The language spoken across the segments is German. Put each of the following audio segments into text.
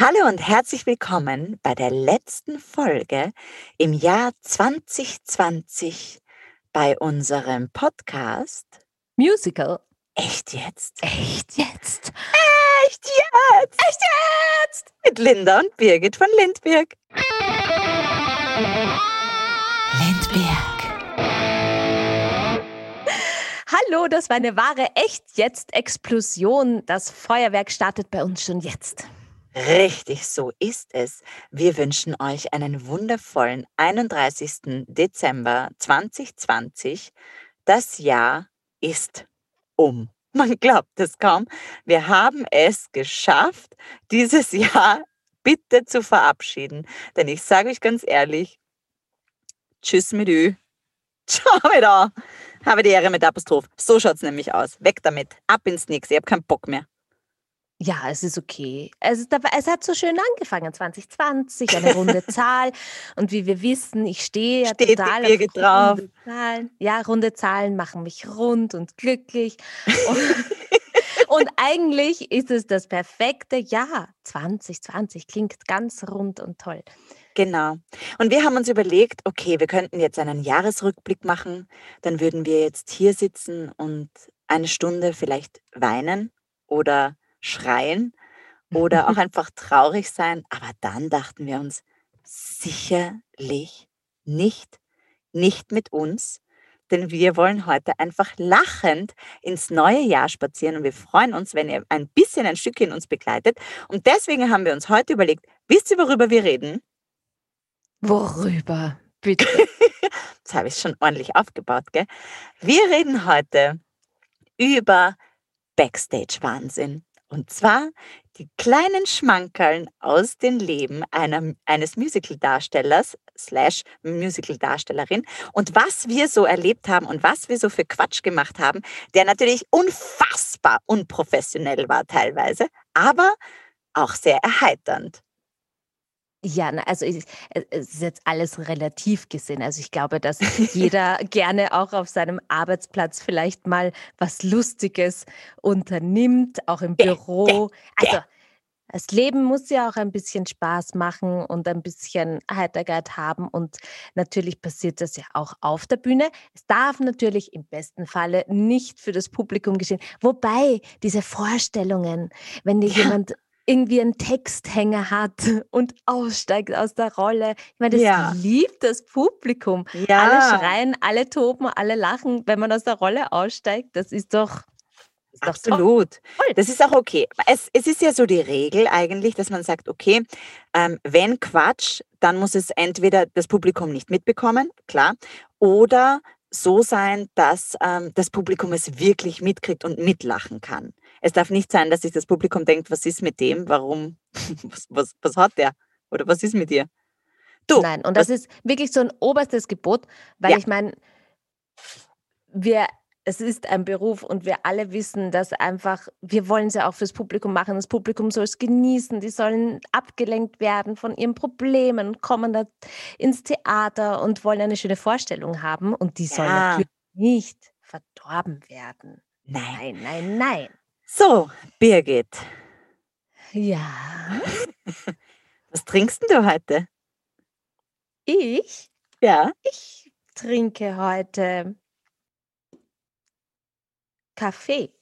Hallo und herzlich willkommen bei der letzten Folge im Jahr 2020 bei unserem Podcast Musical. Echt jetzt? Echt jetzt? Echt jetzt? Echt jetzt? Mit Linda und Birgit von Lindberg. Hallo, das war eine wahre Echt-Jetzt-Explosion. Das Feuerwerk startet bei uns schon jetzt. Richtig, so ist es. Wir wünschen euch einen wundervollen 31. Dezember 2020. Das Jahr ist um. Man glaubt es kaum. Wir haben es geschafft, dieses Jahr bitte zu verabschieden. Denn ich sage euch ganz ehrlich, tschüss mit Ü. Ciao mit A. Habe die Ehre mit Apostroph. So schaut's nämlich aus. Weg damit. Ab ins Nix. Ich habe keinen Bock mehr. Ja, es ist okay. Es hat so schön angefangen, 2020, eine runde Zahl. Und wie wir wissen, ich stehe ja Steht die total auf Birgit drauf. runde Zahlen. Ja, runde Zahlen machen mich rund und glücklich. Und, und eigentlich ist es das perfekte Jahr. 2020 klingt ganz rund und toll. Genau. Und wir haben uns überlegt, okay, wir könnten jetzt einen Jahresrückblick machen. Dann würden wir jetzt hier sitzen und eine Stunde vielleicht weinen oder schreien oder auch einfach traurig sein. Aber dann dachten wir uns, sicherlich nicht, nicht mit uns, denn wir wollen heute einfach lachend ins neue Jahr spazieren und wir freuen uns, wenn ihr ein bisschen ein Stückchen uns begleitet. Und deswegen haben wir uns heute überlegt, wisst ihr, worüber wir reden? Worüber? Bitte. Jetzt habe ich schon ordentlich aufgebaut, gell? Wir reden heute über Backstage-Wahnsinn. Und zwar die kleinen Schmankerln aus dem Leben eines Musical-Darstellers slash Musical-Darstellerin und was wir so erlebt haben und was wir so für Quatsch gemacht haben, der natürlich unfassbar unprofessionell war teilweise, aber auch sehr erheiternd. Ja, also es ist jetzt alles relativ gesehen. Also ich glaube, dass jeder gerne auch auf seinem Arbeitsplatz vielleicht mal was Lustiges unternimmt, auch im Gäh, gäh, Büro. gäh. Also das Leben muss ja auch ein bisschen Spaß machen und ein bisschen Heiterkeit haben. Und natürlich passiert das ja auch auf der Bühne. Es darf natürlich im besten Falle nicht für das Publikum geschehen. Wobei diese Vorstellungen, wenn dir Ja, jemand irgendwie einen Texthänger hat und aussteigt aus der Rolle. Ich meine, das ja, liebt das Publikum. Alle ja. schreien, alle toben, alle lachen, wenn man aus der Rolle aussteigt. Das ist doch toll. Absolut. Das ist auch okay. Es ist ja so die Regel eigentlich, dass man sagt, okay, wenn Quatsch, dann muss es entweder das Publikum nicht mitbekommen, klar, oder so sein, dass das Publikum es wirklich mitkriegt und mitlachen kann. Es darf nicht sein, dass sich das Publikum denkt, was ist mit dem, warum, was hat der oder was ist mit dir? Du, Nein, und was, das ist wirklich so ein oberstes Gebot, weil ja, ich meine, wir es ist ein Beruf und wir alle wissen, dass einfach wir wollen es ja auch fürs Publikum machen. Das Publikum soll es genießen, die sollen abgelenkt werden von ihren Problemen und kommen da ins Theater und wollen eine schöne Vorstellung haben und die soll ja, natürlich nicht verdorben werden. nein. Nein, nein, nein. So, Birgit, Ja, was trinkst denn du heute? ich Ja. ich trinke heute Kaffee.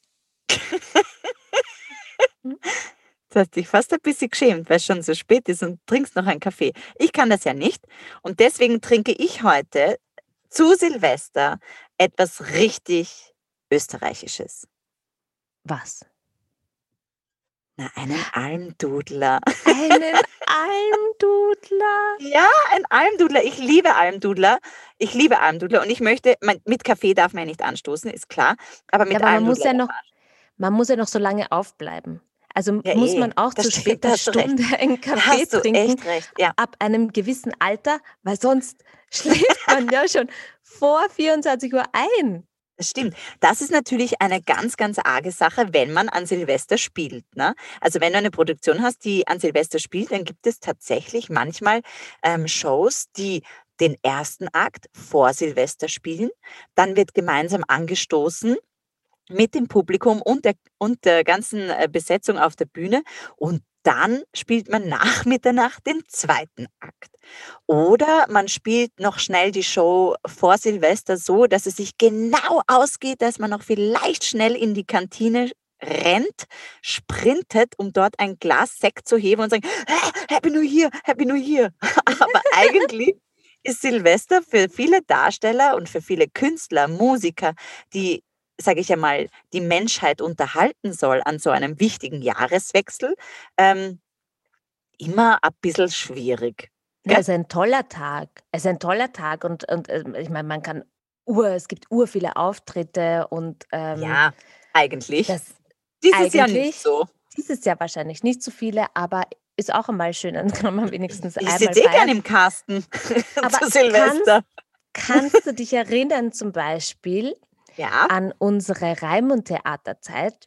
Hm? Du hast dich fast ein bisschen geschämt, weil es schon so spät ist und trinkst noch einen Kaffee. Ich kann das ja nicht und deswegen trinke ich heute zu Silvester etwas richtig Österreichisches. Was? Na, einen Almdudler. Einen Almdudler? Ja, ein Almdudler. Ich liebe Almdudler. Ich liebe Almdudler und ich möchte, mit Kaffee darf man ja nicht anstoßen, ist klar, aber Ja, mit aber Almdudler darf man. man muss ja noch so lange aufbleiben. Also Ja, muss man auch das zu stimmt, da später hast du recht. Stunde einen Da Kaffee hast du trinken, echt recht, ja. ab einem gewissen Alter, weil sonst schläft man ja schon vor 24 Uhr ein. Das stimmt. Das ist natürlich eine ganz, ganz arge Sache, wenn man an Silvester spielt, ne? Also, wenn du eine Produktion hast, die an Silvester spielt, dann gibt es tatsächlich manchmal, Shows, die den ersten Akt vor Silvester spielen. Dann wird gemeinsam angestoßen mit dem Publikum und der ganzen, Besetzung auf der Bühne und dann spielt man nach Mitternacht den zweiten Akt. Oder man spielt noch schnell die Show vor Silvester so, dass es sich genau ausgeht, dass man noch vielleicht schnell in die Kantine rennt, sprintet, um dort ein Glas Sekt zu heben und sagen: Happy New Year, Happy New Year." Aber eigentlich ist Silvester für viele Darsteller und für viele Künstler, Musiker, die, sage ich einmal, die Menschheit unterhalten soll an so einem wichtigen Jahreswechsel, ähm, immer ein bisschen schwierig, Ja, gell? es ist ein toller Tag. Es ist ein toller Tag und ich meine, man kann es gibt viele Auftritte und, Ja, eigentlich. das Dieses Jahr nicht eigentlich so. dieses Jahr wahrscheinlich nicht so viele, aber ist auch einmal schön, dann kann man wenigstens Ich einmal sitze eh gern feiern. im Kasten Aber zu Silvester. kannst du dich erinnern zum Beispiel Ja, an unsere Raimund-Theaterzeit?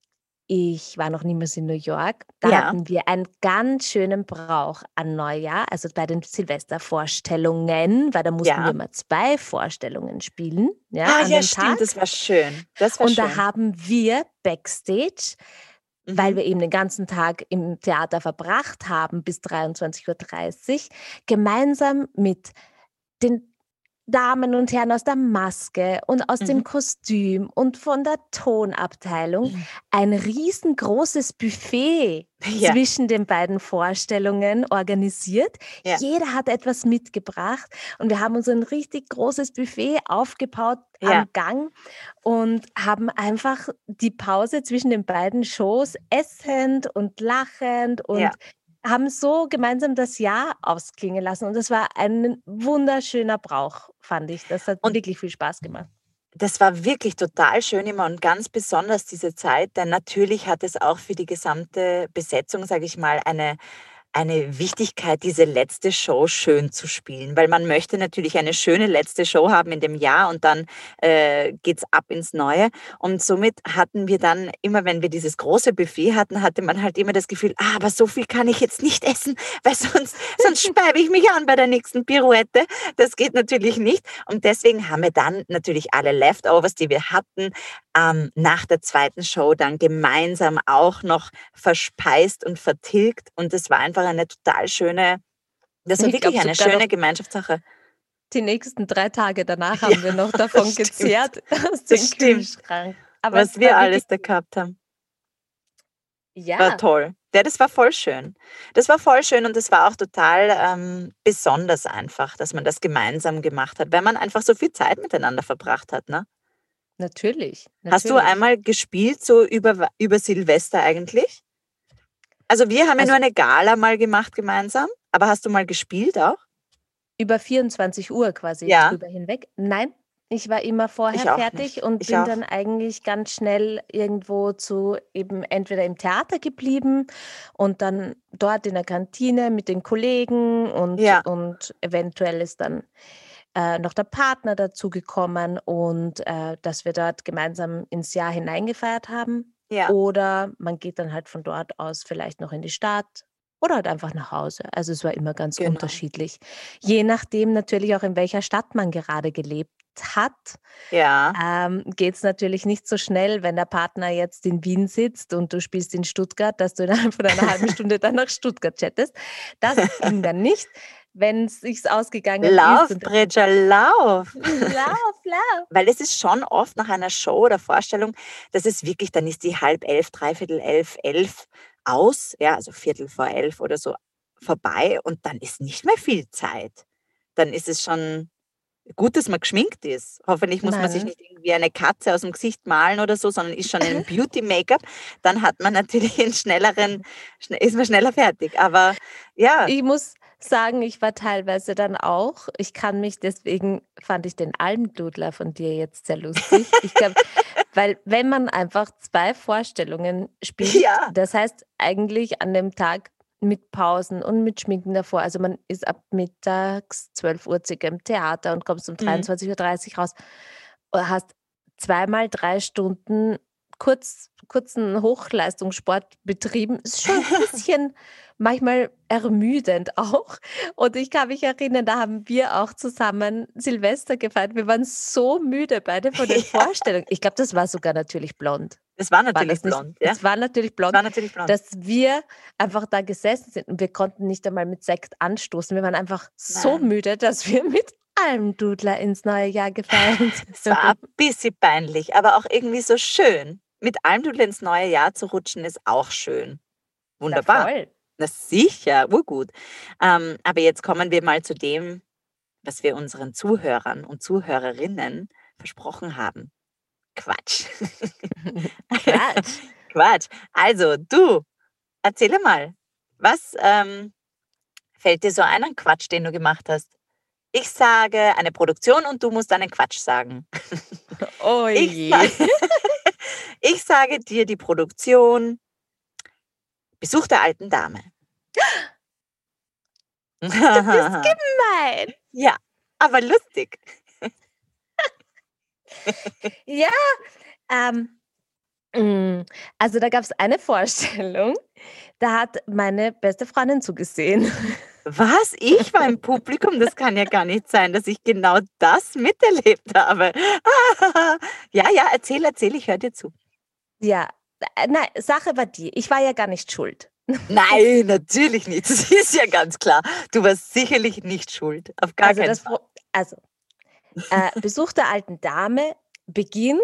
Ich war noch niemals in New York. Da ja, hatten wir einen ganz schönen Brauch an Neujahr, also bei den Silvestervorstellungen, weil da mussten wir ja. immer 2 Vorstellungen spielen, ja, Ah, an ja, dem stimmt, das Tag. war schön. Das war Und da schön. haben wir Backstage, weil Mhm, wir eben den ganzen Tag im Theater verbracht haben bis 23:30 gemeinsam mit den Damen und Herren aus der Maske und aus mhm. dem Kostüm und von der Tonabteilung ein riesengroßes Buffet Ja, zwischen den beiden Vorstellungen organisiert. ja, Jeder hat etwas mitgebracht und wir haben uns ein richtig großes Buffet aufgebaut ja. am Gang und haben einfach die Pause zwischen den beiden Shows essend und lachend Ja. und haben so gemeinsam das Jahr ausklingen lassen und das war ein wunderschöner Brauch, fand ich. Das hat Und wirklich viel Spaß gemacht. das war wirklich total schön immer und ganz besonders diese Zeit, denn natürlich hat es auch für die gesamte Besetzung, sage ich mal, eine Wichtigkeit, diese letzte Show schön zu spielen, weil man möchte natürlich eine schöne letzte Show haben in dem Jahr und dann, geht's ab ins Neue. Und somit hatten wir dann immer, wenn wir dieses große Buffet hatten, hatte man halt immer das Gefühl: „Ah, aber so viel kann ich jetzt nicht essen, weil sonst speibe ich mich an bei der nächsten Pirouette." Das geht natürlich nicht. Und deswegen haben wir dann natürlich alle Leftovers, die wir hatten, nach der zweiten Show dann gemeinsam auch noch verspeist und vertilgt und es war einfach eine total schöne, das war Ich wirklich glaube eine sogar noch schöne Gemeinschaftssache. die nächsten 3 Tage danach Ja, haben wir noch davon das stimmt. gezehrt aus Das dem stimmt, Kühlschrank. Aber was es wir war wirklich alles da gehabt haben. War ja, toll. Ja, das war voll schön. Das war voll schön und das war auch total, besonders einfach, dass man das gemeinsam gemacht hat, weil man einfach so viel Zeit miteinander verbracht hat, ne? natürlich, Hast du natürlich. einmal gespielt, so über Silvester eigentlich? Also, wir haben ja nur Also, eine Gala mal gemacht gemeinsam, aber hast du mal gespielt auch? über 24 Uhr quasi Ja, drüber hinweg? Nein, ich war immer vorher ich auch fertig nicht. und Ich bin auch. dann eigentlich ganz schnell irgendwo zu eben entweder im Theater geblieben und dann dort in der Kantine mit den Kollegen Ja, und eventuell ist dann, noch der Partner dazugekommen und, dass wir dort gemeinsam ins Jahr hineingefeiert haben. ja, Oder man geht dann halt von dort aus vielleicht noch in die Stadt oder halt einfach nach Hause. Also, es war immer ganz genau. unterschiedlich. Je nachdem natürlich auch, in welcher Stadt man gerade gelebt hat, Ja. geht es natürlich nicht so schnell, wenn der Partner jetzt in Wien sitzt und du spielst in Stuttgart, dass du innerhalb von einer halben Stunde dann nach Stuttgart chattest. Das ging dann nicht. Wenn es sich ausgegangen ist Lauf, und das Pritscher, lauf. Lauf, lauf. Weil es ist schon oft nach einer Show oder Vorstellung, dass es wirklich, dann ist die 10:30, 11:45, 11 aus, ja, also 11:15 oder so vorbei und dann ist nicht mehr viel Zeit. Dann ist es schon gut, dass man geschminkt ist. Hoffentlich muss man sich Mann, nicht irgendwie eine Katze aus'm Gesicht malen oder so, sondern ist schon in Beauty-Make-up. Dann hat man natürlich 'n schnelleren ist man schneller fertig. Aber ja, ich muss sagen, ich war teilweise dann auch ich kann mich deswegen fand ich den Almdudler von dir jetzt sehr lustig. Ich glaube, weil wenn man einfach 2 Vorstellungen spielt, ja, das heißt eigentlich an dem Tag mit Pausen und mit Schminken davor. Also, man ist ab mittags 12 Uhr circa im Theater und kommst um mhm. 23:30 raus und hast zweimal 3 Stunden kurzen Hochleistungssport betrieben. Ist schon 'n bisschen manchmal ermüdend auch. Und ich kann mich erinnern, da haben wir auch zusammen Silvester gefeiert. Wir waren so müde beide von den Ja. Vorstellungen. Ich glaube, das war sogar natürlich blond. Es war War natürlich das nicht? blond, ja? Es war natürlich Es blond, war natürlich blond. dass wir einfach da gesessen sind und wir konnten nicht einmal mit Sekt anstoßen. Wir waren einfach so Nein. müde, dass wir mit Almdudler ins neue Jahr gefallen Es war sind. ein bisschen peinlich, aber auch irgendwie so schön. Mit Almdudel ins neue Jahr zu rutschen, ist auch schön. Na Wunderbar. voll. Na sicher, urgut. Aber jetzt kommen wir mal zu dem, was wir unseren Zuhörern und Zuhörerinnen versprochen haben. Quatsch. Quatsch. Quatsch. Also, du, erzähle mal, was fällt dir so ein an Quatsch, den du gemacht hast? Ich sage eine Produktion und du musst einen Quatsch sagen. Oh Ich, sa je. ich sage dir die Produktion Besuch der alten Dame. Du bist gemein. Ja, aber lustig. Ja, ähm, also da gab es eine Vorstellung, da hat meine beste Freundin zugesehen. Was? Ich war im Publikum? Das kann ja gar nicht sein, dass ich genau das miterlebt habe. Ja, ja, erzähl, erzähl, ich höre dir zu. Ja, nein, Sache war die, ich war ja gar nicht schuld. Nein, natürlich nicht. Das ist ja ganz klar. Du warst sicherlich nicht schuld. Auf gar Also keinen Fall. Besuch der alten Dame beginnt,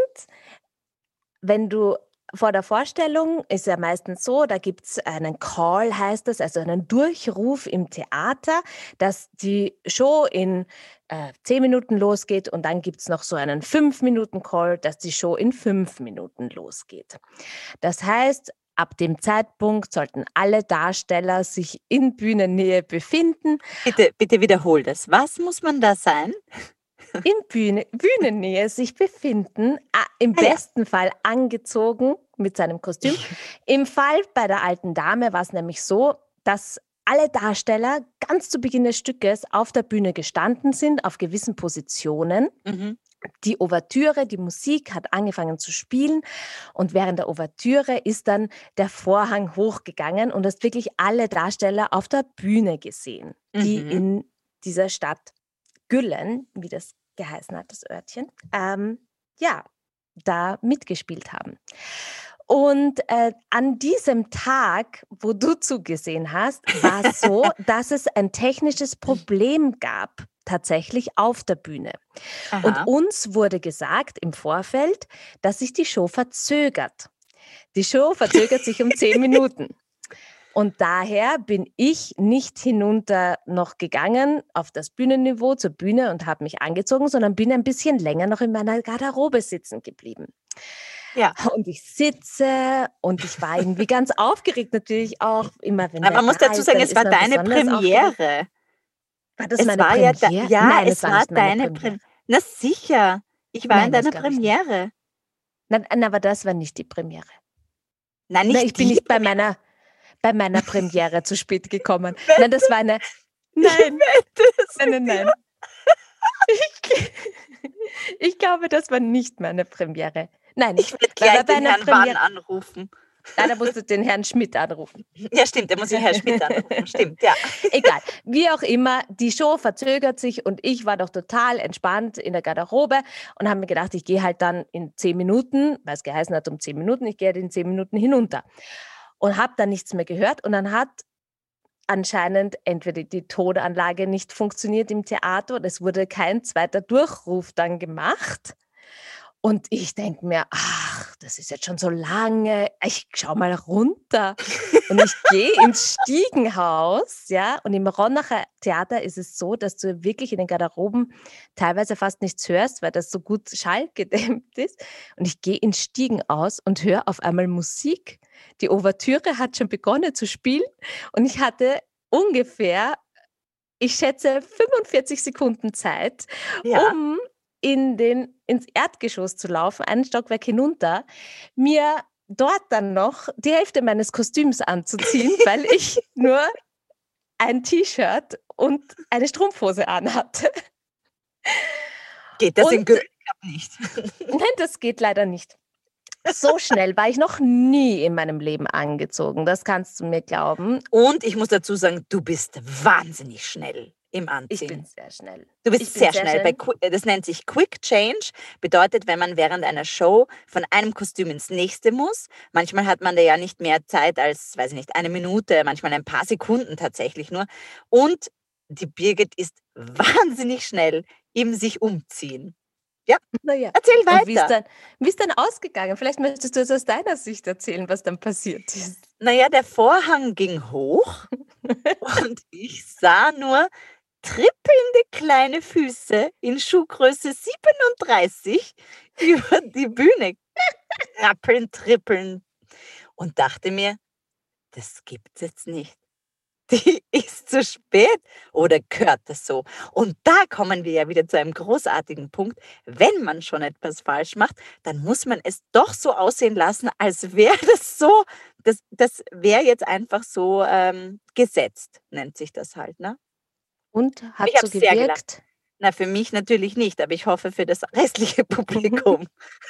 wenn du vor der Vorstellung, ist ja meistens so, da gibt es einen Call, heißt das, also einen Durchruf im Theater, dass die Show in 10 Minuten losgeht und dann gibt es noch so einen 5-Minuten-Call, dass die Show in 5 Minuten losgeht. Das heißt, ab dem Zeitpunkt sollten alle Darsteller sich in Bühnennähe befinden, Bitte wiederhol das. Was muss man da sein? in Bühnennähe sich befinden, im Ah ja. besten Fall angezogen mit seinem Kostüm. Im Fall bei der alten Dame war es nämlich so, dass alle Darsteller ganz zu Beginn des Stückes auf der Bühne gestanden sind, auf gewissen Positionen. Mhm. Die Ouvertüre, die Musik hat angefangen zu spielen und während der Ouvertüre ist dann der Vorhang hochgegangen und du hast wirklich alle Darsteller auf der Bühne gesehen, die Mhm. in dieser Stadt Güllen, wie das geheißen hat, das Örtchen, ja, da mitgespielt haben. Und an diesem Tag, wo du zugesehen hast, war es so, dass es ein technisches Problem gab, tatsächlich auf der Bühne. Und Aha. uns wurde gesagt im Vorfeld, dass sich die Show verzögert. Die Show verzögert sich um 10 Minuten. Und daher bin ich nicht hinunter noch gegangen auf das Bühnenniveau zur Bühne und habe mich angezogen, sondern bin ein bisschen länger noch in meiner Garderobe sitzen geblieben. Ja. Und ich sitze und ich war irgendwie ganz aufgeregt natürlich auch, immer wenn Aber wer man muss da dazu ist, sagen, dann es ist war man deine besonders aufgeregt. Premiere. War das Es meine war ja Premiere? ja, Nein, es es war war nicht meine deine Premiere. Na sicher. Ich war in Nein, das deiner glaube ich nicht. Premiere. Nein, aber das war nicht die Premiere. Nein, Nein, ich nicht bin die nicht bei Premiere. meiner Premiere zu spät gekommen. Wette, Nein, das war eine. ich Nein, wette es nein, mit nein, dir. nein. Ich glaube, das war nicht meine Premiere. Nein, Ich werde weil gleich bei den einer Herrn Wann Premiere. anrufen. Da musst du den Herrn Schmidt anrufen. Ja, stimmt, da muss ich Herrn Schmidt anrufen. Stimmt, ja. Egal, wie auch immer, die Show verzögert sich und ich war doch total entspannt in der Garderobe und habe mir gedacht, ich gehe halt dann in 10 Minuten, weil es geheißen hat um 10 Minuten, ich gehe halt in 10 Minuten hinunter. Und habe dann nichts mehr gehört und dann hat anscheinend entweder die Tonanlage nicht funktioniert im Theater oder es wurde kein zweiter Durchruf dann gemacht. Und ich denke mir, ach, das ist jetzt schon so lange, ich schau mal runter. Und ich gehe ins Stiegenhaus, ja, und im Ronacher Theater ist es so, dass du wirklich in den Garderoben teilweise fast nichts hörst, weil das so gut schallgedämmt ist. Und ich gehe ins Stiegenhaus und höre auf einmal Musik. Die Ouvertüre hat schon begonnen zu spielen und ich hatte ungefähr, ich schätze, 45 Sekunden Zeit, Ja. um ins Erdgeschoss zu laufen, einen Stockwerk hinunter, mir dort dann noch die Hälfte meines Kostüms anzuziehen, weil ich nur ein T-Shirt und eine Strumpfhose anhatte. Geht das in Und Göttingen nicht? nein, das geht leider nicht. So schnell war ich noch nie in meinem Leben angezogen, das kannst du mir glauben. Und ich muss dazu sagen, du bist wahnsinnig schnell im Ich bin Anziehen. sehr schnell. Du bist Ich bin sehr sehr schnell. schnell. Das nennt sich Quick Change, bedeutet, wenn man während einer Show von einem Kostüm ins nächste muss. Manchmal hat man da ja nicht mehr Zeit als, weiß ich nicht, eine Minute, manchmal ein paar Sekunden tatsächlich nur. Und die Birgit ist wahnsinnig schnell im sich umziehen. Ja, Naja. erzähl Und weiter. wie ist dann ausgegangen? Vielleicht möchtest du es aus deiner Sicht erzählen, was dann passiert ist. Naja, der Vorhang ging hoch und ich sah nur trippelnde kleine Füße in Schuhgröße 37 über die Bühne rappeln, trippeln und dachte mir, das gibt's jetzt nicht. Die ist zu spät oder gehört das so? Und da kommen wir ja wieder zu einem großartigen Punkt. Wenn man schon etwas falsch macht, dann muss man es doch so aussehen lassen, als wäre das so, das wäre jetzt einfach so gesetzt, nennt sich das halt, ne? Und Ich hat habe so sehr gelacht. gewirkt? Na, für mich natürlich nicht, aber ich hoffe für das restliche Publikum.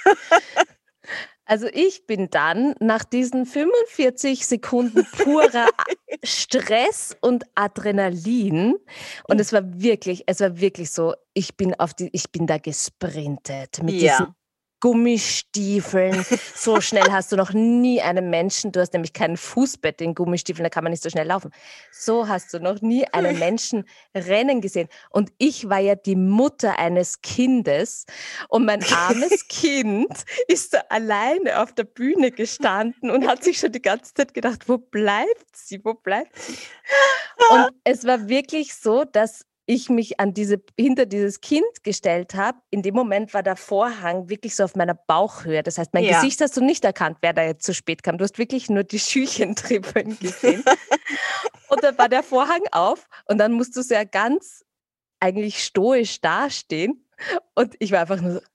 Also ich bin dann nach diesen 45 Sekunden purer Stress und Adrenalin und es war wirklich so, ich bin da gesprintet mit diesen Ja. Gummistiefeln. So schnell hast du noch nie einen Menschen, du hast nämlich kein Fußbett in Gummistiefeln, da kann man nicht so schnell laufen. So hast du noch nie einen Menschen rennen gesehen. Und ich war ja die Mutter eines Kindes und mein armes Kind ist da alleine auf der Bühne gestanden und hat sich schon die ganze Zeit gedacht, wo bleibt sie, wo bleibt sie? Und es war wirklich so, dass ich mich hinter dieses Kind gestellt habe. In dem Moment war der Vorhang wirklich so auf meiner Bauchhöhe. Das heißt, mein Ja. Gesicht hast du nicht erkannt, wer da jetzt zu spät kam. Du hast wirklich nur die Schüchchen trippeln gesehen. Und dann war der Vorhang auf und dann musst du ja ganz eigentlich stoisch dastehen. Und ich war einfach nur so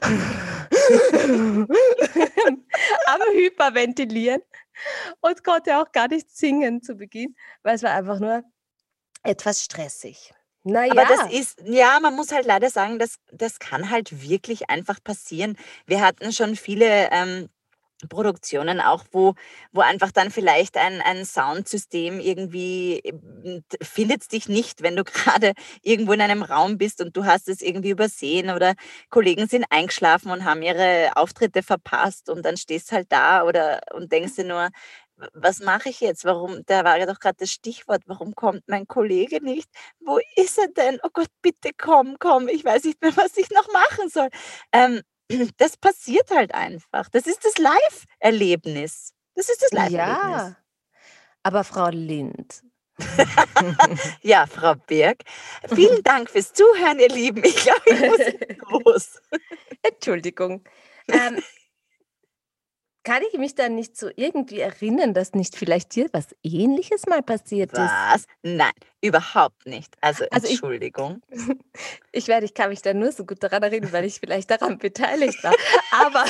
am Hyperventilieren und konnte auch gar nicht singen zu Beginn, weil es war einfach nur etwas stressig. Na Aber das ja. ist ja, man muss halt leider sagen, das kann halt wirklich einfach passieren. Wir hatten schon viele, Produktionen auch, wo einfach dann vielleicht ein Soundsystem irgendwie, findet dich nicht, wenn du gerade irgendwo in einem Raum bist und du hast es irgendwie übersehen oder Kollegen sind eingeschlafen und haben ihre Auftritte verpasst und dann stehst halt da oder und denkst dir nur: „W was mache ich jetzt? Warum?“ Da war ja doch gerade das Stichwort: „Warum kommt mein Kollege nicht? Wo ist er denn? Oh Gott, bitte komm, komm, ich weiß nicht mehr, was ich noch machen soll.“ Ähm, Das passiert halt einfach. Das ist das Live-Erlebnis. Das ist das Live-Erlebnis. Ja, aber Frau Lind. Ja, Frau Birk, vielen Dank fürs Zuhören, ihr Lieben. Ich glaube, ich muss jetzt los. Entschuldigung. Ähm, kann ich mich dann nicht so irgendwie erinnern, dass nicht vielleicht dir was Ähnliches mal passiert ist? Was? Nein, überhaupt nicht. Also, Also ich Entschuldigung. ich kann mich da nur so gut daran erinnern, weil ich vielleicht daran beteiligt war. Aber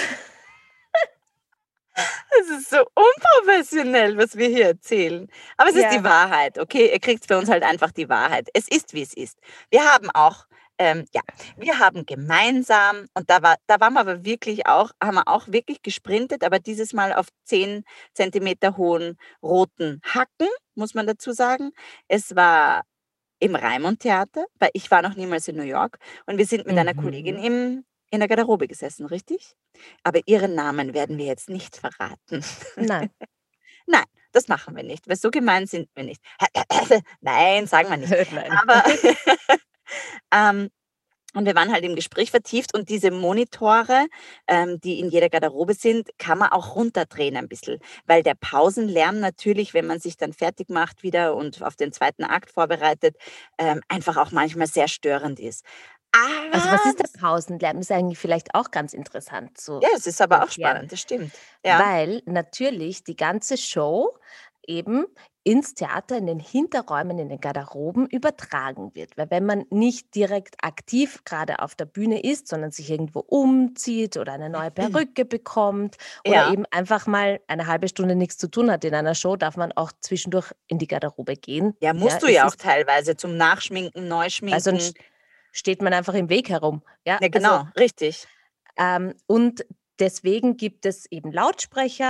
Es ist so unprofessionell, was wir hier erzählen. Aber es ist die ja, Wahrheit, okay? Ihr kriegt bei uns halt einfach die Wahrheit. Es ist, wie es ist. Wir haben auch ja, wir haben gemeinsam und da waren wir aber wirklich auch haben wir auch wirklich gesprintet, aber dieses Mal auf 10 Zentimeter hohen roten Hacken, muss man dazu sagen. Es war im Raimund-Theater, weil ich war noch niemals in New York und wir sind mit einer Kollegin mhm. in der Garderobe gesessen, richtig? Aber ihren Namen werden wir jetzt nicht verraten. Nein. Nein, das machen wir nicht, weil so gemein sind wir nicht. Nein, sagen wir nicht. Nein. Aber, ähm und wir waren halt im Gespräch vertieft und diese Monitore, die in jeder Garderobe sind, kann man auch runterdrehen ein bisschen, weil der Pausenlärm natürlich, wenn man sich dann fertig macht wieder und auf den zweiten Akt vorbereitet, einfach auch manchmal sehr störend ist. Also, was Aber ist der Pausenlärm? Ist eigentlich vielleicht auch ganz interessant ja, zu es ist aber auch erklären. spannend, das stimmt. Ja, Weil natürlich die ganze Show eben ins Theater, in den Hinterräumen, in den Garderoben übertragen wird. Weil wenn man nicht direkt aktiv gerade auf der Bühne ist, sondern sich irgendwo umzieht oder eine neue Perücke bekommt oder ja. eben einfach mal eine halbe Stunde nichts zu tun hat in einer Show, darf man auch zwischendurch in die Garderobe gehen. Ja, Ja, musst du es ja auch ist, teilweise zum Nachschminken, weil Neuschminken. sonst steht man einfach im Weg herum. Ja, Ja, also genau, richtig. und deswegen gibt es eben Lautsprecher,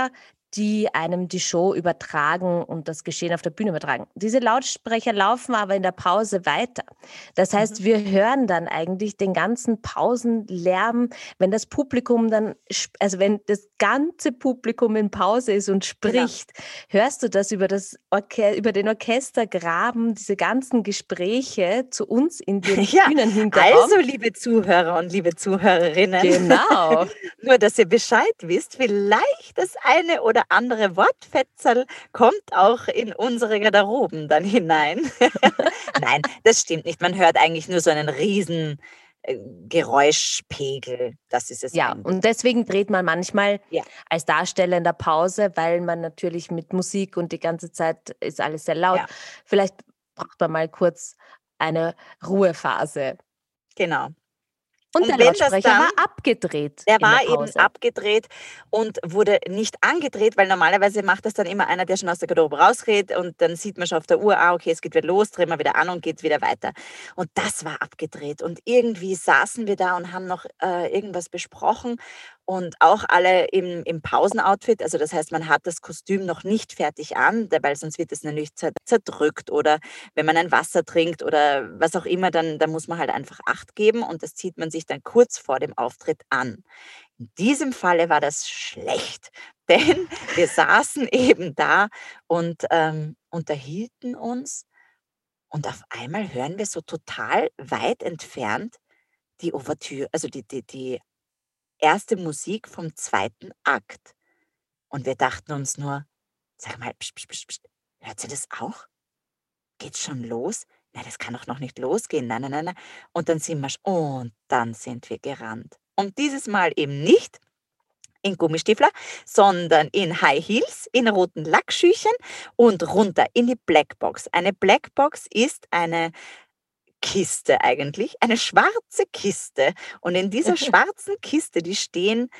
die einem die Show übertragen und das Geschehen auf der Bühne übertragen. Diese Lautsprecher laufen aber in der Pause weiter. Das Mhm. heißt, wir hören dann eigentlich den ganzen Pausenlärm, wenn das Publikum dann, also wenn das ganze Publikum in Pause ist und Genau. spricht, hörst du das über über den Orchestergraben, diese ganzen Gespräche zu uns in den Ja, Bühnenhinterraum. also, liebe Zuhörer und liebe Zuhörerinnen, Genau. nur dass ihr Bescheid wisst, vielleicht das eine oder andere Wortfetzerl kommt auch in unsere Garderoben dann hinein. Nein, das stimmt nicht. Man hört eigentlich nur so einen riesen, Geräuschpegel. Das ist es Ja, eigentlich. und deswegen dreht man manchmal Ja, als Darsteller in der Pause, weil man natürlich mit Musik und die ganze Zeit ist alles sehr laut. ja, Vielleicht braucht man mal kurz eine Ruhephase. genau. Und Und der wenn das Lautsprecher dann war abgedreht der in der war eben Pause. abgedreht und wurde nicht angedreht, weil normalerweise macht das dann immer einer, der schon aus der Garderobe rausgeht und dann sieht man schon auf der Uhr, okay, es geht wieder los, drehen wir wieder an und geht wieder weiter. Und das war abgedreht und irgendwie saßen wir da und haben noch irgendwas besprochen und auch alle im Pausenoutfit, also das heißt, man hat das Kostüm noch nicht fertig an, weil sonst wird es nämlich zerdrückt oder wenn man ein Wasser trinkt oder was auch immer, dann muss man halt einfach Acht geben und das zieht man sich dann kurz vor dem Auftritt an. In diesem Falle war das schlecht, denn wir saßen eben da und unterhielten uns und auf einmal hören wir so total weit entfernt die Ouvertüre, also die erste Musik vom zweiten Akt. Und wir dachten uns nur, sag mal, pst, pst, pst, pst, hört sie das auch? Geht's schon los? Nein, das kann doch noch nicht losgehen. Nein, nein, nein, nein. Und dann sind wir und dann sind wir gerannt. Und dieses Mal eben nicht in Gummistiefler, sondern in High Heels, in roten Lackschüchen und runter in die Blackbox. Eine Blackbox ist eine Kiste eigentlich, eine schwarze Kiste. Und in dieser schwarzen Kiste, die stehen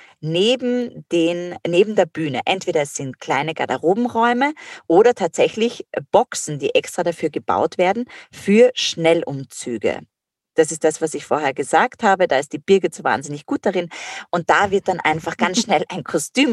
neben der Bühne. Entweder es sind kleine Garderobenräume oder tatsächlich Boxen, die extra dafür gebaut werden, für Schnellumzüge. Das ist das, was ich vorher gesagt habe. Da ist die Birgit so wahnsinnig gut darin. Und da wird dann einfach ganz schnell ein Kostüm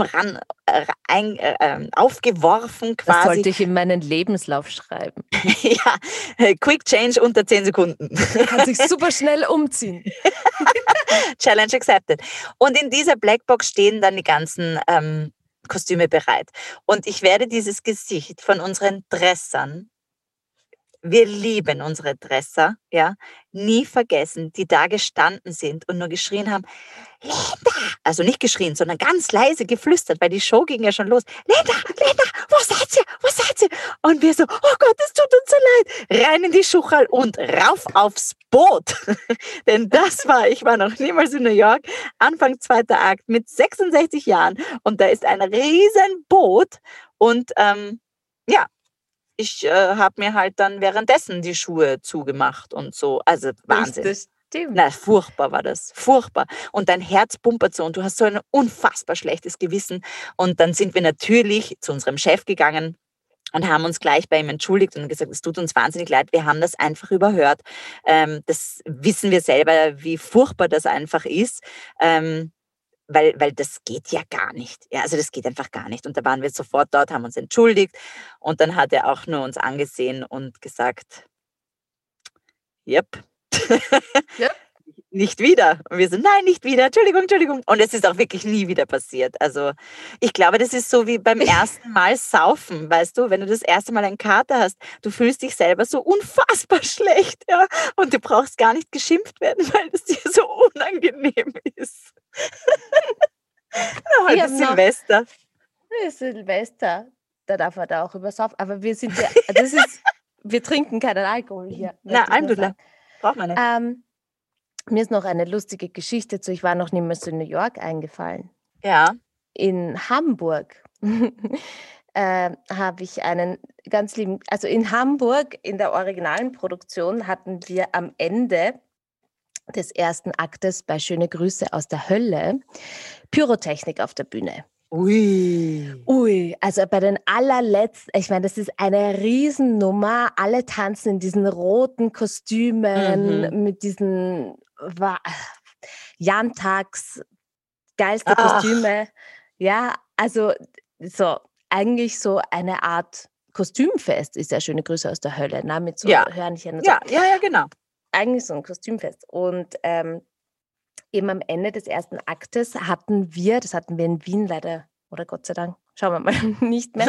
aufgeworfen Das quasi. sollte ich in meinen Lebenslauf schreiben. Ja, Quick Change unter 10 Sekunden. Man kann sich super schnell umziehen. Challenge accepted. Und in dieser Blackbox stehen dann die ganzen Kostüme bereit. Und ich werde dieses Gesicht von unseren Dressern, wir lieben unsere Dresser, ja, nie vergessen, die da gestanden sind und nur geschrien haben, Linda! Also nicht geschrien, sondern ganz leise geflüstert, weil die Show ging ja schon los. Linda, Linda, wo seid ihr? Wo seid ihr? Und wir so, oh Gott, es tut uns so leid. Rein in die Schuchal und rauf aufs Boot. Denn ich war noch niemals in New York, Anfang zweiter Akt mit 66 Jahren und da ist ein riesen Boot und ja, ich habe mir halt dann währenddessen die Schuhe zugemacht und so. Also Wahnsinn. Das stimmt. Na, furchtbar war das, furchtbar. Und dein Herz pumpert so und du hast so ein unfassbar schlechtes Gewissen. Und dann sind wir natürlich zu unserem Chef gegangen und haben uns gleich bei ihm entschuldigt und gesagt, es tut uns wahnsinnig leid, wir haben das einfach überhört. Das wissen wir selber, wie furchtbar das einfach ist. Weil das geht ja gar nicht. Ja, also das geht einfach gar nicht. Und da waren wir sofort dort, haben uns entschuldigt und dann hat er auch nur uns angesehen und gesagt, yep. Ja. Nicht wieder. Und wir so: „Nein, nicht wieder. Entschuldigung, Entschuldigung.“ Und es ist auch wirklich nie wieder passiert. Also, ich glaube, das ist so wie beim ersten Mal saufen, weißt du? Wenn du das erste Mal einen Kater hast, du fühlst dich selber so unfassbar schlecht, ja, und du brauchst gar nicht geschimpft werden, weil es dir so unangenehm ist. Na, Ich heute habe ist noch Silvester. Silvester, da darf man da auch übersaufen. Aber wir sind ja, wir trinken keinen Alkohol hier, Na, möchte ich nur Almdudler, sagen. braucht man nicht. Mir ist noch eine lustige Geschichte ich war noch niemals in New York eingefallen. Ja. In Hamburg habe ich einen ganz lieben, also in Hamburg in der originalen Produktion hatten wir am Ende des ersten Aktes bei Schöne Grüße aus der Hölle Pyrotechnik auf der Bühne. Ui. Ui, also bei den allerletzten, ich meine, das ist eine Riesennummer. Alle tanzen in diesen roten Kostümen Mhm. mit diesen Jantags geilste Ach, Kostüme. Ja, also so. eigentlich so eine Art Kostümfest ist ja Schöne Grüße aus der Hölle, ne? Mit so Ja, Hörnchen und so. ja, genau. Eigentlich so ein Kostümfest. Und eben am Ende des ersten Aktes hatten wir, das hatten wir in Wien leider, oder Gott sei Dank, schauen wir mal, nicht mehr,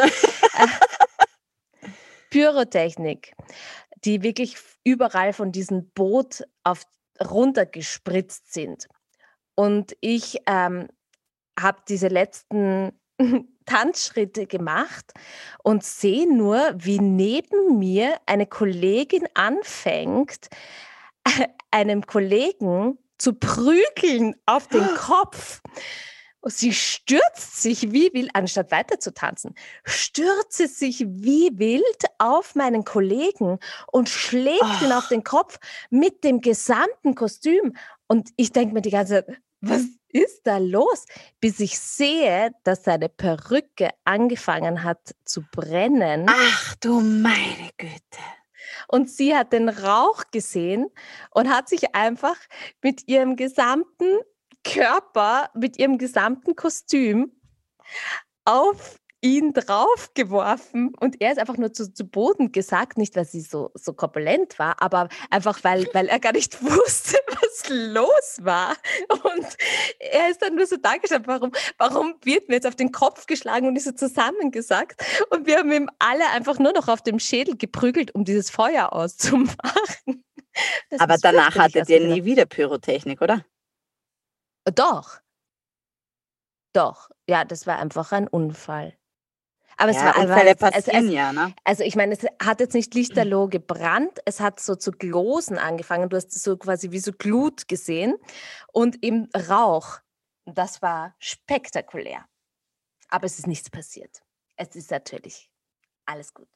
Pyrotechnik, die wirklich überall von diesem Boot runtergespritzt sind. Und ich habe diese letzten Tanzschritte gemacht und sehe nur, wie neben mir eine Kollegin anfängt, einem Kollegen zu prügeln auf den Kopf. Sie stürzt sich wie wild, anstatt weiter zu tanzen, stürzt sie sich wie wild auf meinen Kollegen und schlägt ihn auf den Kopf mit dem gesamten Kostüm. Und ich denke mir die ganze Zeit, was ist da los? Bis ich sehe, dass seine Perücke angefangen hat zu brennen. Ach du meine Güte. Und sie hat den Rauch gesehen und hat sich einfach mit ihrem gesamten Körper, mit ihrem gesamten Kostüm auf ihn draufgeworfen und er ist einfach nur zu Boden gesackt, nicht weil sie so korpulent war, aber einfach weil er gar nicht wusste, was los war. Und er ist dann nur so dagestanden, warum wird mir jetzt auf den Kopf geschlagen und ist so zusammengesackt? Und wir haben ihm alle einfach nur noch auf dem Schädel geprügelt, um dieses Feuer auszumachen. Das Aber ist danach fürchterlich, hattet was ihr wir nie wieder Pyrotechnik, oder? Doch, doch. Ja, das war einfach ein Unfall. Aber es Ja, war Unfälle jetzt, passieren ja, ne? also ich meine, es hat jetzt nicht lichterloh gebrannt, es hat so zu glosen angefangen. Du hast so quasi wie so Glut gesehen und eben Rauch. Das war spektakulär. Aber es ist nichts passiert. Es ist natürlich alles gut.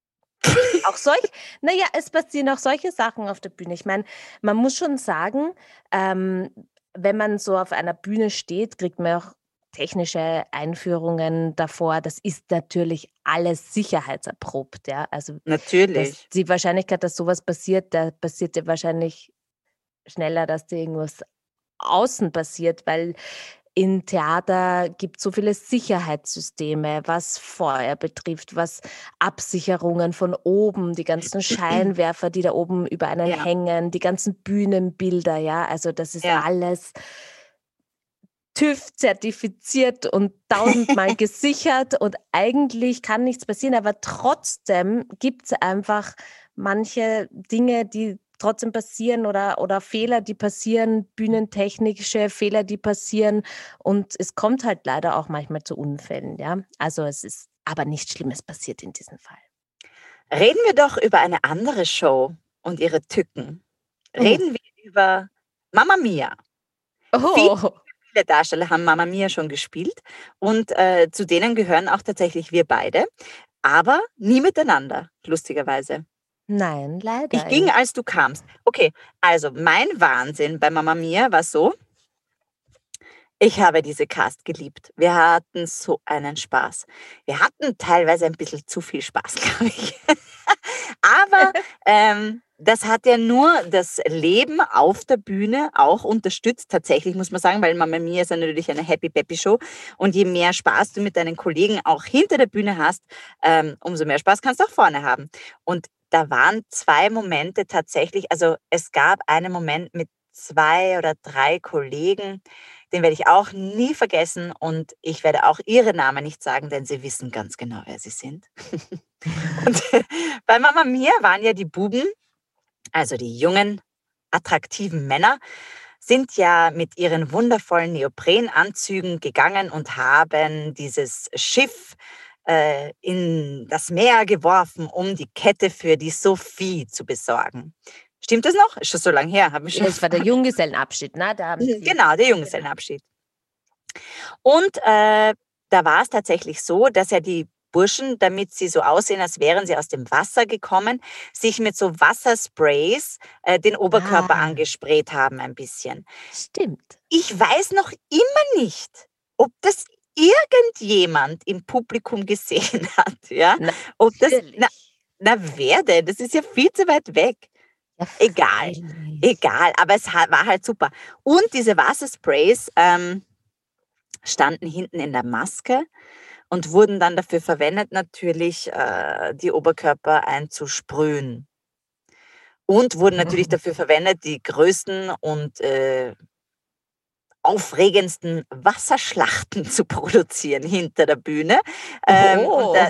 Es passieren auch solche Sachen auf der Bühne. Ich meine, man muss schon sagen, wenn man so auf einer Bühne steht, kriegt man auch technische Einführungen davor. Das ist natürlich alles sicherheitserprobt, ja. Also Natürlich. die Wahrscheinlichkeit, dass sowas passiert, da passiert ja wahrscheinlich schneller, dass dir irgendwas außen passiert, weil im Theater gibt es so viele Sicherheitssysteme, was Feuer betrifft, was Absicherungen von oben, die ganzen Scheinwerfer, die da oben über einen Ja, hängen, die ganzen Bühnenbilder, ja. Also das ist ja. alles TÜV-zertifiziert und 1000-mal gesichert und eigentlich kann nichts passieren, aber trotzdem gibt es einfach manche Dinge, die trotzdem passieren oder Fehler, die passieren, bühnentechnische Fehler, die passieren und es kommt halt leider auch manchmal zu Unfällen, ja. Also es ist aber nichts Schlimmes passiert in diesem Fall. Reden wir doch über eine andere Show und ihre Tücken. Oh. Reden wir über Mamma Mia. Viele, Oh. viele Darsteller haben Mamma Mia schon gespielt und zu denen gehören auch tatsächlich wir beide, aber nie miteinander, lustigerweise. Nein, leider Ich ging, eigentlich. als du kamst. Okay, also mein Wahnsinn bei Mamma Mia war so, ich habe diese Cast geliebt. Wir hatten so einen Spaß. Wir hatten teilweise ein bisschen zu viel Spaß, glaube ich. Aber das hat ja nur das Leben auf der Bühne auch unterstützt, tatsächlich muss man sagen, weil Mamma Mia ist ja natürlich eine Happy-Peppy-Show und je mehr Spaß du mit deinen Kollegen auch hinter der Bühne hast, umso mehr Spaß kannst du auch vorne haben. Und da waren 2 Momente tatsächlich, also es gab einen Moment mit 2 oder 3 Kollegen, den werde ich auch nie vergessen und ich werde auch ihre Namen nicht sagen, denn sie wissen ganz genau, wer sie sind. Und bei Mamma Mia waren ja die Buben, also die jungen, attraktiven Männer, sind ja mit ihren wundervollen Neoprenanzügen gegangen und haben dieses Schiff in das Meer geworfen, um die Kette für die Sophie zu besorgen. Stimmt das noch? Ist schon so lange her. Habe ich schon Es war der Junggesellenabschied, ne? Da haben sie genau, der genau. Junggesellenabschied. Und da war es tatsächlich so, dass ja die Burschen, damit sie so aussehen, als wären sie aus dem Wasser gekommen, sich mit so Wassersprays den Oberkörper Ah, angesprayt haben ein bisschen. stimmt. Ich weiß noch immer nicht, ob das irgendjemand im Publikum gesehen hat, ja? Ob das, Natürlich. na wer denn? Das ist ja viel zu weit weg. Ja, Egal, freilich. egal, aber es war halt super. Und diese Wassersprays standen hinten in der Maske und wurden dann dafür verwendet, natürlich die Oberkörper einzusprühen. Und wurden natürlich dafür verwendet, die größten und aufregendsten Wasserschlachten zu produzieren hinter der Bühne. Und da, Oh.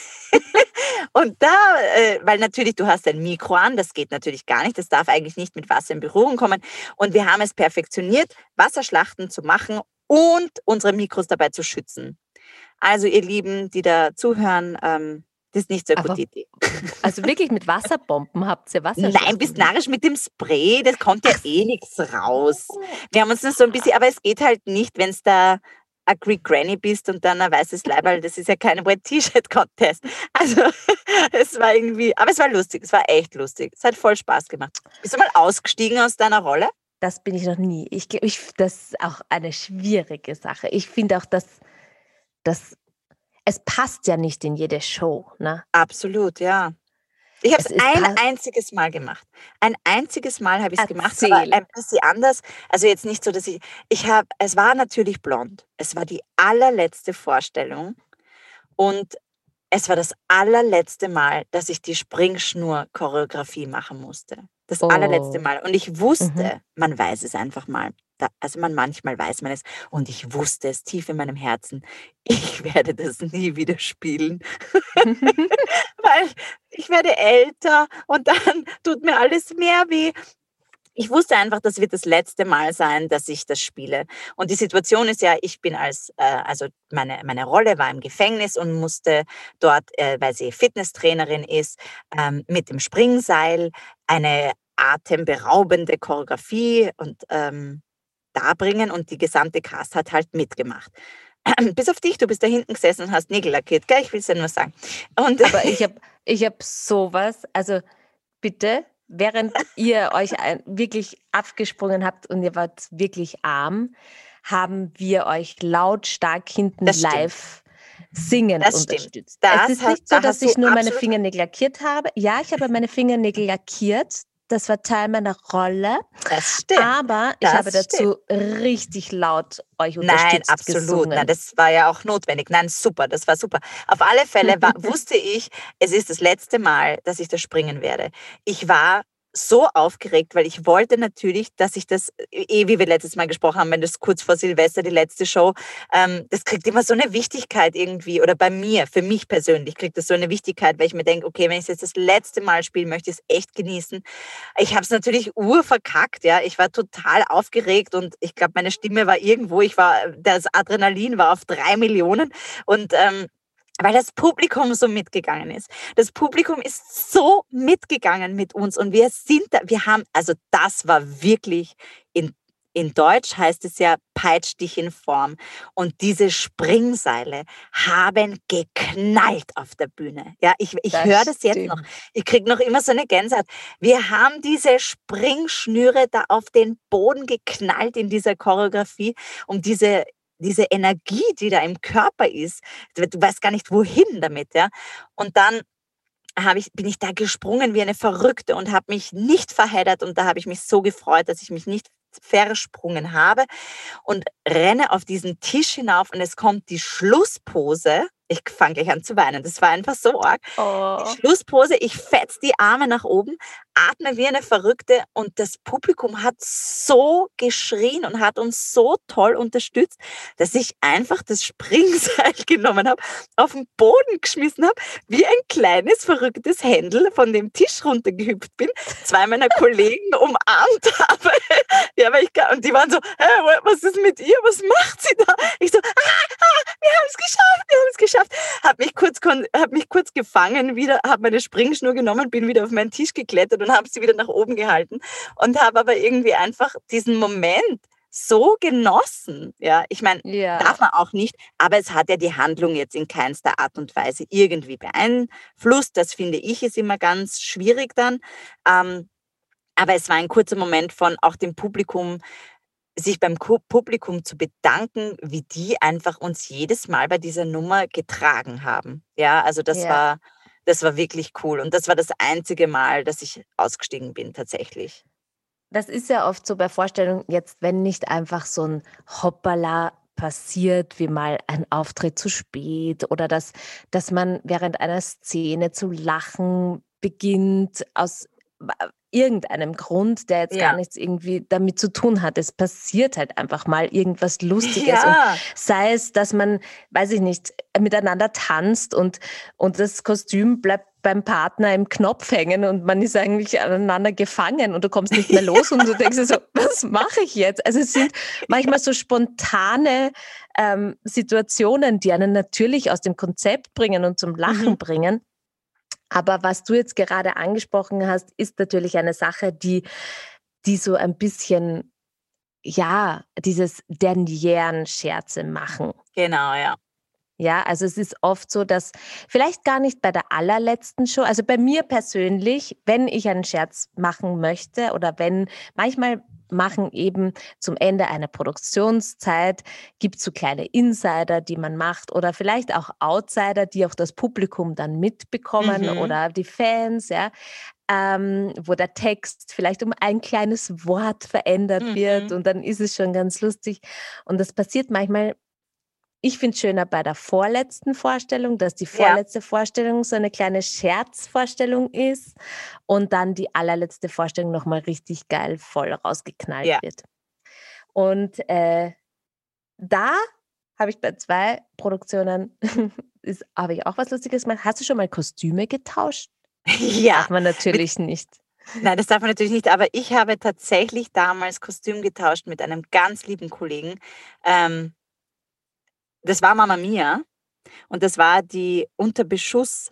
und da weil natürlich du hast ein Mikro an, das geht natürlich gar nicht, das darf eigentlich nicht mit Wasser in Berührung kommen. Und wir haben es perfektioniert, Wasserschlachten zu machen und unsere Mikros dabei zu schützen. Also ihr Lieben, die da zuhören, das ist nicht so eine gute Aber Idee. also wirklich mit Wasserbomben habt ihr Nein, Wasserschlachten bist gemacht? narrisch mit dem Spray, das kommt ja Ach eh nix raus. so. Wir haben uns das so ein bisschen aber es geht halt nicht, wenn's da a Greek Granny bist und dann ein weißes Leiberl, das ist ja kein Wet T-Shirt Contest. Also, es war irgendwie aber es war lustig, es war echt lustig. Es hat voll Spaß gemacht. Bist du mal ausgestiegen aus deiner Rolle? Das bin ich noch nie. Das ist auch eine schwierige Sache. Ich finde auch, dass es passt ja nicht in jede Show, ne? Absolut, ja. Ich habe es Es ein pa einziges Mal gemacht. Ein einziges Mal habe ich's gemacht, aber Erzähl. ein bisschen anders. Also, jetzt nicht so, dass ich habe es war natürlich blond. Es war die allerletzte Vorstellung und es war das allerletzte Mal, dass ich die Springschnur-Choreografie machen musste. Das allerletzte Oh. Mal. Und ich Mhm. wusste, man weiß es einfach mal. Also manchmal weiß man es. Und ich wusste es tief in meinem Herzen, ich werde das nie wieder spielen. Weil ich werde älter und dann tut mir alles mehr weh. Ich wusste einfach, das wird das letzte Mal sein, dass ich das spiele. Und die Situation ist ja, ich bin also meine Rolle war im Gefängnis und musste dort, weil sie Fitnesstrainerin ist, mit dem Springseil eine atemberaubende Choreografie und, darbringen und die gesamte Cast hat halt mitgemacht. Bis auf dich, du bist da hinten gesessen und hast Nägel lackiert, gell? Ich will's dir nur sagen. Und Aber ich habe sowas, also bitte, während ihr euch wirklich abgesprungen habt und ihr wart wirklich arm, haben wir euch lautstark hinten das stimmt, live singend das stimmt. unterstützt. Es ist nicht so, Da dass hast du ich nur meine absolut Fingernägel lackiert habe. Ja, ich habe meine Fingernägel lackiert. Das war Teil meiner Rolle, das stimmt, aber ich habe das stimmt. dazu richtig laut euch Nein, unterstützt absolut. Nein, gesungen. das war ja auch notwendig. Nein, super, das war super. Auf alle Fälle wusste ich, es ist das letzte Mal, dass ich das springen werde. Ich war so aufgeregt, weil ich wollte natürlich, dass ich das, wie wir letztes Mal gesprochen haben, wenn das kurz vor Silvester, die letzte Show, das kriegt immer so eine Wichtigkeit irgendwie, oder bei mir, für mich persönlich, kriegt das so eine Wichtigkeit, weil ich mir denke, okay, wenn ich es jetzt das letzte Mal spiele, möchte ich es echt genießen. Ich habe es natürlich urverkackt, ja. Ich war total aufgeregt und ich glaube, meine Stimme war irgendwo das Adrenalin war auf 3 Millionen und, weil das Publikum so mitgegangen ist. Das Publikum ist so mitgegangen mit uns und wir haben also das war wirklich in Deutsch heißt es ja: „Peitsch dich in Form." Und diese Springseile haben geknallt auf der Bühne. Ja, ich höre Das das jetzt noch. stimmt. Ich kriege noch immer so eine Gänsehaut. Wir haben diese Springschnüre da auf den Boden geknallt in dieser Choreografie, um diese Energie, die da im Körper ist. Du weißt gar nicht, wohin damit, ja. Und dann bin ich da gesprungen wie eine Verrückte und habe mich nicht verheddert und da habe ich mich so gefreut, dass ich mich nicht versprungen habe und renne auf diesen Tisch hinauf und es kommt die Schlusspose. Ich fange gleich an zu weinen. Das war einfach so arg. Die Oh. Schlusspose, ich fetze die Arme nach oben, atme wie eine Verrückte und das Publikum hat so geschrien und hat uns so toll unterstützt, dass ich einfach das Springseil genommen habe, auf den Boden geschmissen habe, wie ein kleines verrücktes Händel von dem Tisch runtergehüpft bin, 2 meiner Kollegen umarmt habe. Ja, und die waren so: „Hä, was ist mit ihr? Was macht sie da?" Ich so: wir haben es geschafft, wir haben es geschafft." Habe mich kurz gefangen wieder, habe meine Springschnur genommen, bin wieder auf meinen Tisch geklettert und habe sie wieder nach oben gehalten und habe aber irgendwie einfach diesen Moment so genossen. Ja, ich meine, Ja. darf man auch nicht, aber es hat ja die Handlung jetzt in keinster Art und Weise irgendwie beeinflusst. Das finde ich ist immer ganz schwierig dann. Ähm, aber es war ein kurzer Moment von auch dem Publikum sich beim Publikum zu bedanken, wie die einfach uns jedes Mal bei dieser Nummer getragen haben. Ja, also Ja. das war wirklich cool und das war das einzige Mal, dass ich ausgestiegen bin tatsächlich. Das ist ja oft so bei Vorstellungen jetzt, wenn nicht einfach so 'n Hoppala passiert, wie mal ein Auftritt zu spät oder dass man während einer Szene zu lachen beginnt aus irgendeinem Grund, der jetzt gar Ja. nichts irgendwie damit zu tun hat. Es passiert halt einfach mal irgendwas Lustiges und Ja. sei es, dass man, weiß ich nicht, miteinander tanzt und das Kostüm bleibt beim Partner im Knopf hängen und man ist eigentlich aneinander gefangen und du kommst nicht mehr los und du denkst dir so, was mache ich jetzt? Also es sind manchmal so spontane Situationen, die einen natürlich aus dem Konzept bringen und zum Mhm. Lachen bringen. Aber was du jetzt gerade angesprochen hast, ist natürlich eine Sache, die so ein bisschen, ja, dieses dernieren Scherze machen. Genau, ja. Ja, also es ist oft so, dass vielleicht gar nicht bei der allerletzten Show, also bei mir persönlich, wenn ich einen Scherz machen möchte oder wenn manchmal machen eben zum Ende einer Produktionszeit, gibt es so kleine Insider, die man macht oder vielleicht auch Outsider, die auch das Publikum dann mitbekommen Mhm. oder die Fans, ja, wo der Text vielleicht um ein kleines Wort verändert wird Mhm. und dann ist es schon ganz lustig. Und das passiert manchmal, ich finde es schöner bei der vorletzten Vorstellung, dass die Ja, vorletzte Vorstellung so eine kleine Scherzvorstellung ist und dann die allerletzte Vorstellung noch mal richtig geil voll rausgeknallt ja. wird. Und, da habe ich bei 2 Produktionen habe ich auch was Lustiges gemacht. Hast du schon mal Kostüme getauscht? Ja. Darf man Mit natürlich nicht. Nein, das darf man natürlich nicht, aber ich habe tatsächlich damals Kostüm getauscht mit einem ganz lieben Kollegen. Ähm, Das war Mama Mia und das war die Unterbeschuss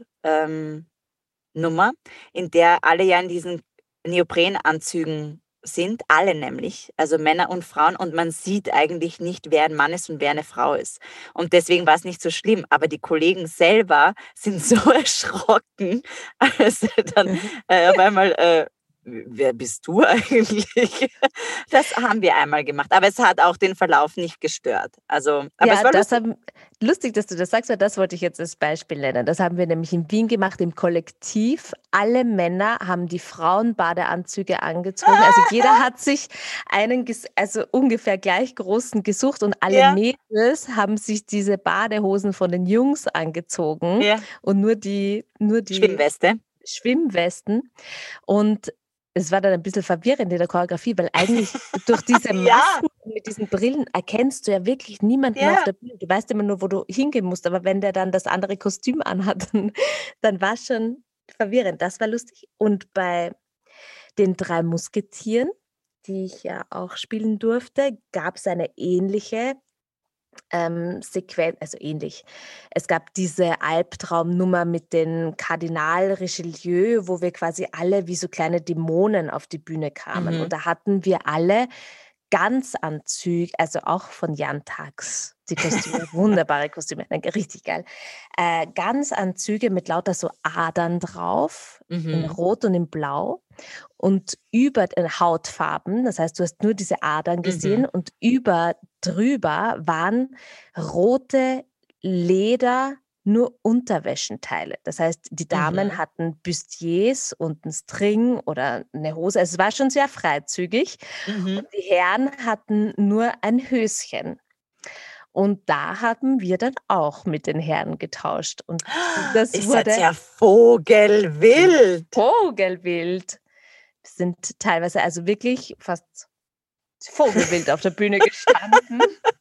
Nummer, in der alle ja in diesen Neoprenanzügen sind, alle nämlich, also Männer und Frauen, und man sieht eigentlich nicht, wer ein Mann ist und wer eine Frau ist. Und deswegen war es nicht so schlimm, aber die Kollegen selber sind so erschrocken, als dann, auf einmal, „Wer bist du eigentlich?“ Das haben wir einmal gemacht, aber es hat auch den Verlauf nicht gestört. Also aber es Ja, war das lustig. haben lustig, dass du das sagst, weil das wollte ich jetzt als Beispiel nennen. Das haben wir nämlich in Wien gemacht im Kollektiv. Alle Männer haben die Frauenbadeanzüge angezogen. Also, jeder hat sich einen also ungefähr gleich großen gesucht und alle Ja, Mädels haben sich diese Badehosen von den Jungs angezogen ja. und nur die Schwimmweste. Schwimmwesten. Und es war dann ein bisschen verwirrend in der Choreografie, weil eigentlich durch diese Ja, Masken mit diesen Brillen erkennst du ja wirklich niemanden auf ja. der Bühne. Du weißt immer nur, wo du hingehen musst, aber wenn der dann das andere Kostüm anhat, dann war's schon verwirrend. Das war lustig. Und bei den 3 Musketieren, die ich ja auch spielen durfte, gab's eine ähnliche also ähnlich. Es gab diese Albtraumnummer mit den Kardinal Richelieu, wo wir quasi alle wie so kleine Dämonen auf die Bühne kamen. Und Mhm. da hatten wir alle Ganzanzüge, also auch von Jan Thax, die Kostüme, wunderbare Kostüme, richtig geil. Ganzanzüge mit lauter so Adern drauf, in Mhm. Rot und in Blau und über den Hautfarben. Das heißt, du hast nur diese Adern gesehen Mhm. und drüber waren rote Leder nur Unterwäschenteile. Das heißt, die Damen Mhm. hatten Bustiers und 'n String oder 'ne Hose. Also, es war schon sehr freizügig Mhm. und die Herren hatten nur ein Höschen. Und da haben wir dann auch mit den Herren getauscht und das Ihr seid wurde ja vogelwild. vogelwild. Wir sind teilweise also wirklich fast vogelwild auf der Bühne gestanden.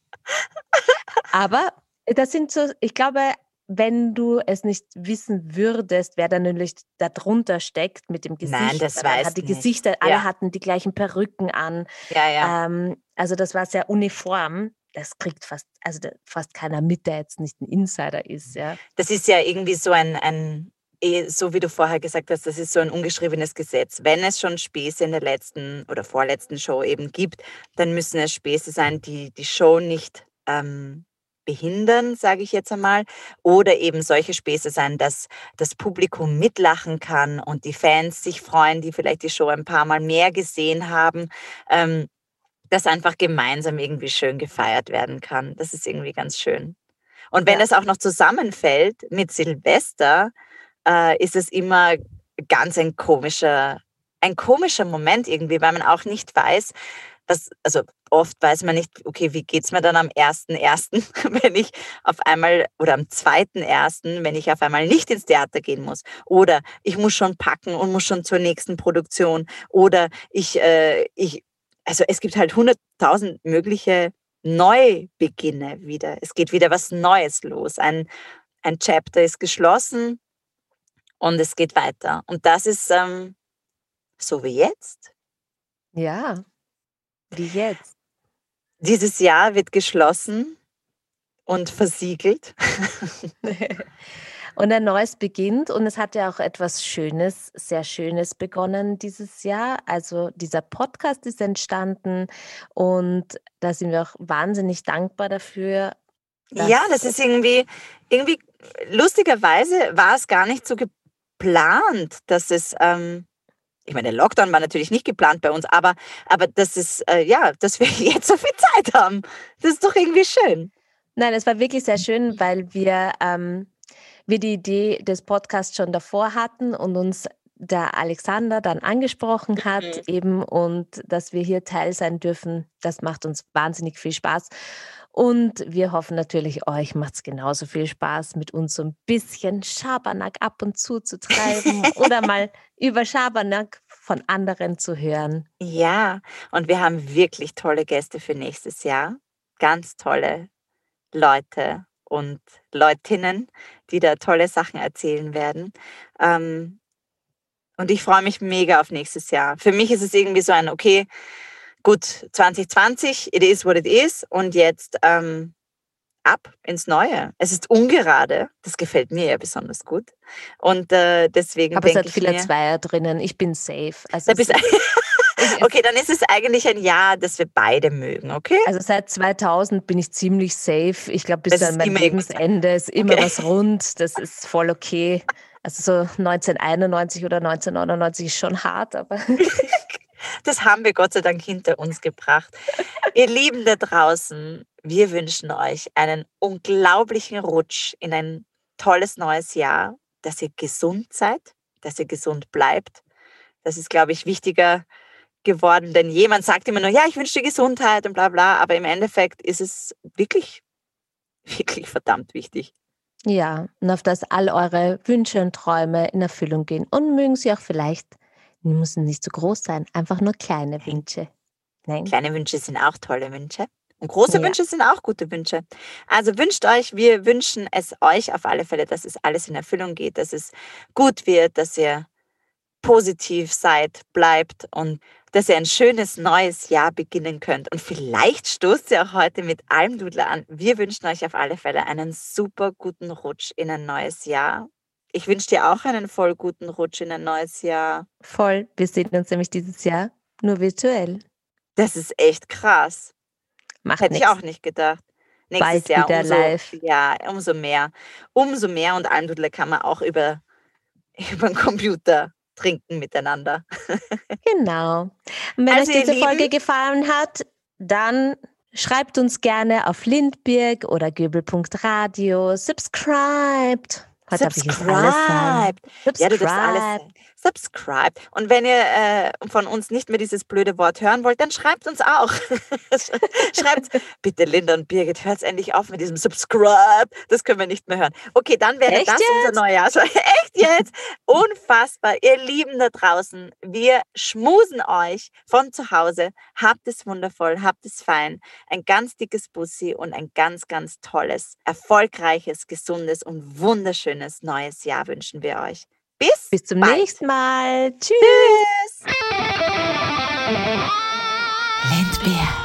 Aber das sind so, ich glaube, wenn du es nicht wissen würdest, wer da nämlich da drunter steckt mit dem Nein, Gesicht, das weil man hat weißt die nicht. Gesichter, alle Ja, hatten die gleichen Perücken an. ja, ja. Also das war sehr uniform. Das kriegt fast keiner mit, der jetzt nicht 'n Insider ist, ja. Das ist ja irgendwie so so wie du vorher gesagt hast, das ist so ein ungeschriebenes Gesetz. Wenn es schon Späße in der letzten oder vorletzten Show eben gibt, dann müssen es Späße sein, die die Show nicht, behindern, sage ich jetzt einmal, oder eben solche Späße sein, dass das Publikum mitlachen kann und die Fans sich freuen, die vielleicht die Show ein paar Mal mehr gesehen haben, dass einfach gemeinsam irgendwie schön gefeiert werden kann. Das ist irgendwie ganz schön. Und wenn Ja. das auch noch zusammenfällt mit Silvester, ist es immer ganz ein komischer Moment irgendwie, weil man auch nicht weiß, also oft weiß man nicht, okay, wie geht's mir dann am 1.1., wenn ich auf einmal oder am 2.1., wenn ich auf einmal nicht ins Theater gehen muss. Oder ich muss schon packen und muss schon zur nächsten Produktion. Oder also es gibt halt 100.000 mögliche Neubeginne wieder. Es geht wieder was Neues los. Ein Chapter ist geschlossen und es geht weiter. Und das ist so wie jetzt. Ja, wie jetzt. Dieses Jahr wird geschlossen und versiegelt. Und ein neues beginnt und es hat ja auch etwas Schönes, sehr Schönes begonnen dieses Jahr. Also dieser Podcast ist entstanden und da sind wir auch wahnsinnig dankbar dafür, Ja, dass das ist irgendwie lustigerweise war es gar nicht so geplant, dass es, ich meine, der Lockdown war natürlich nicht geplant bei uns, aber dass dass wir jetzt so viel Zeit haben. Das ist doch irgendwie schön. nein, es war wirklich sehr schön, weil wir die Idee des Podcasts schon davor hatten und uns der Alexander dann angesprochen hat Mhm. eben und dass wir hier Teil sein dürfen, das macht uns wahnsinnig viel Spaß. Und wir hoffen natürlich, euch macht es genauso viel Spaß, mit uns so ein bisschen Schabernack ab und zu treiben oder mal über Schabernack von anderen zu hören. Ja, und wir haben wirklich tolle Gäste für nächstes Jahr. Ganz tolle Leute und Leutinnen, die da tolle Sachen erzählen werden. Ähm, und ich freue mich mega auf nächstes Jahr. Für mich ist es irgendwie so okay, gut, 2020, it is what it is und jetzt ab ins Neue. Es ist ungerade, das gefällt mir ja besonders gut. Und deswegen Aber es denke hat ich viele mir, Zweier drinnen. Ich bin safe. da bist okay, dann ist es eigentlich ein Jahr, das wir beide mögen, okay? Also seit 2000 bin ich ziemlich safe. Ich glaube, bis Es an ist mein immer irgendwas. Lebensende ist immer Okay. was rund. Das ist voll okay. Also so 1991 oder 1999 ist schon hart, aber Das haben wir Gott sei Dank hinter uns gebracht. Ihr Lieben da draußen, wir wünschen euch einen unglaublichen Rutsch in ein tolles neues Jahr, dass ihr gesund seid, dass ihr gesund bleibt. Das ist, glaube ich, wichtiger geworden, denn jemand sagt immer nur, ja, ich wünsche dir Gesundheit und bla bla, aber im Endeffekt ist es wirklich, wirklich verdammt wichtig. ja, und auf dass all eure Wünsche und Träume in Erfüllung gehen. Und mögen sie auch vielleicht, die müssen nicht so groß sein, einfach nur kleine Nein, Wünsche. Nein? kleine Wünsche sind auch tolle Wünsche. Und große Ja, Wünsche sind auch gute Wünsche. Also wir wünschen es euch auf alle Fälle, dass es alles in Erfüllung geht, dass es gut wird, dass ihr positiv seid, bleibt und dass ihr ein schönes neues Jahr beginnen könnt. Und vielleicht stoßt ihr auch heute mit Almdudler an. Wir wünschen euch auf alle Fälle einen super guten Rutsch in ein neues Jahr. Ich wünsche dir auch einen voll guten Rutsch in ein neues Jahr. voll. Wir sehen uns nämlich dieses Jahr nur virtuell. Das ist echt krass. Macht Hätte ich auch nichts. nicht gedacht. Nächstes Bald Jahr wieder live. umso mehr. Umso mehr und Almdudler kann man auch über den Computer trinken miteinander. Genau. Und wenn euch Also ihr diese Lieben, Folge gefallen hat, dann schreibt uns gerne auf Lindberg oder göbel.radio. Subscribed. Heute darf ich es alles sagen. subscribe. Ja, du darfst alles Subscribe. sagen. Subscribe. Und wenn ihr von uns nicht mehr dieses blöde Wort hören wollt, dann schreibt uns auch. Schreibt, bitte Linda und Birgit, hört endlich auf mit diesem Subscribe. Das können wir nicht mehr hören. Okay, dann wäre Echt das unser jetzt? Neujahr. Echt jetzt? Unfassbar. Ihr Lieben da draußen, wir schmusen euch von zu Hause. Habt es wundervoll, habt es fein. Ein ganz dickes Bussi und ein ganz, ganz tolles, erfolgreiches, gesundes und wunderschönes neues Jahr wünschen wir euch. Bis Bis zum bald. nächsten Mal. Tschüss. Tschüss. Lindberg.